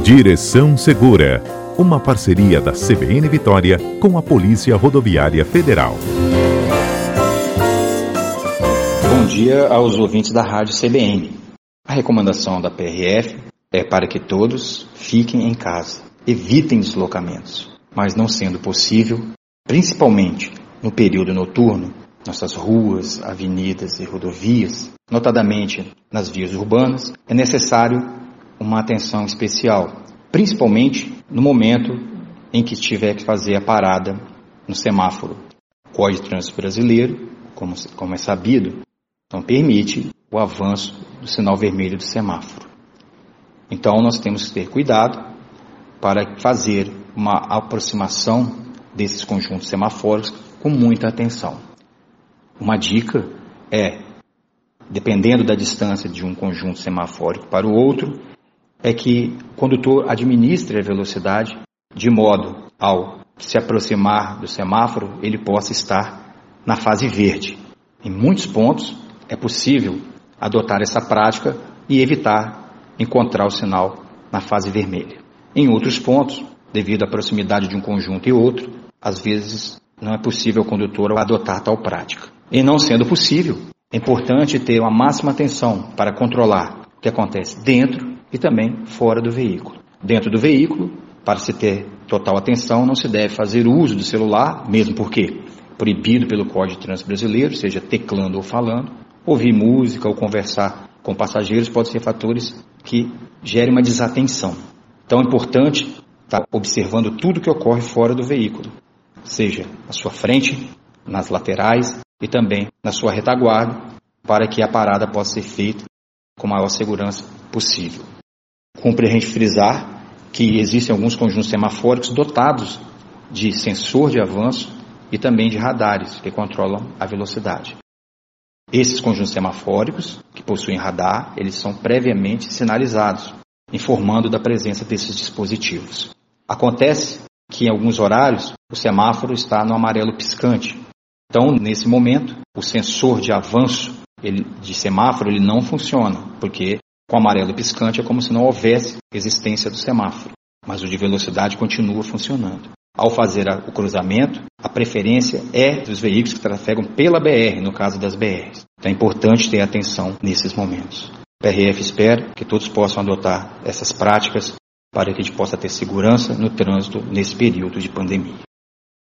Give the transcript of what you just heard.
Direção Segura, uma parceria da CBN Vitória com a Polícia Rodoviária Federal. Bom dia aos ouvintes da Rádio CBN. A recomendação da PRF é para que todos fiquem em casa, evitem deslocamentos, mas não sendo possível, principalmente no período noturno, nossas ruas, avenidas e rodovias, notadamente nas vias urbanas, é necessário uma atenção especial, principalmente no momento em que tiver que fazer a parada no semáforo. O Código de Trânsito Brasileiro, como é sabido, não permite o avanço do sinal vermelho do semáforo. Então nós temos que ter cuidado para fazer uma aproximação desses conjuntos semafóricos com muita atenção. Uma dica é, dependendo da distância de um conjunto semafórico para o outro, é que o condutor administre a velocidade de modo ao se aproximar do semáforo, ele possa estar na fase verde. Em muitos pontos é possível adotar essa prática e evitar encontrar o sinal na fase vermelha. Em outros pontos, devido à proximidade de um conjunto e outro, às vezes não é possível o condutor adotar tal prática. E não sendo possível, é importante ter uma máxima atenção para controlar o que acontece dentro e também fora do veículo. Dentro do veículo, para se ter total atenção, não se deve fazer uso do celular, mesmo porque proibido pelo Código de Trânsito Brasileiro, seja teclando ou falando, ouvir música ou conversar com passageiros pode ser fatores que gerem uma desatenção. Então é importante estar observando tudo que ocorre fora do veículo, seja à sua frente, nas laterais e também na sua retaguarda, para que a parada possa ser feita com a maior segurança possível. Cumpre a gente frisar que existem alguns conjuntos semafóricos dotados de sensor de avanço e também de radares que controlam a velocidade. Esses conjuntos semafóricos, que possuem radar, eles são previamente sinalizados, informando da presença desses dispositivos. Acontece que em alguns horários o semáforo está no amarelo piscante. Então, nesse momento, o sensor de avanço de semáforo ele não funciona, porque com amarelo piscante é como se não houvesse existência do semáforo, mas o de velocidade continua funcionando. Ao fazer o cruzamento, a preferência é dos veículos que trafegam pela BR, no caso das BRs. Então é importante ter atenção nesses momentos. A PRF espera que todos possam adotar essas práticas para que a gente possa ter segurança no trânsito nesse período de pandemia.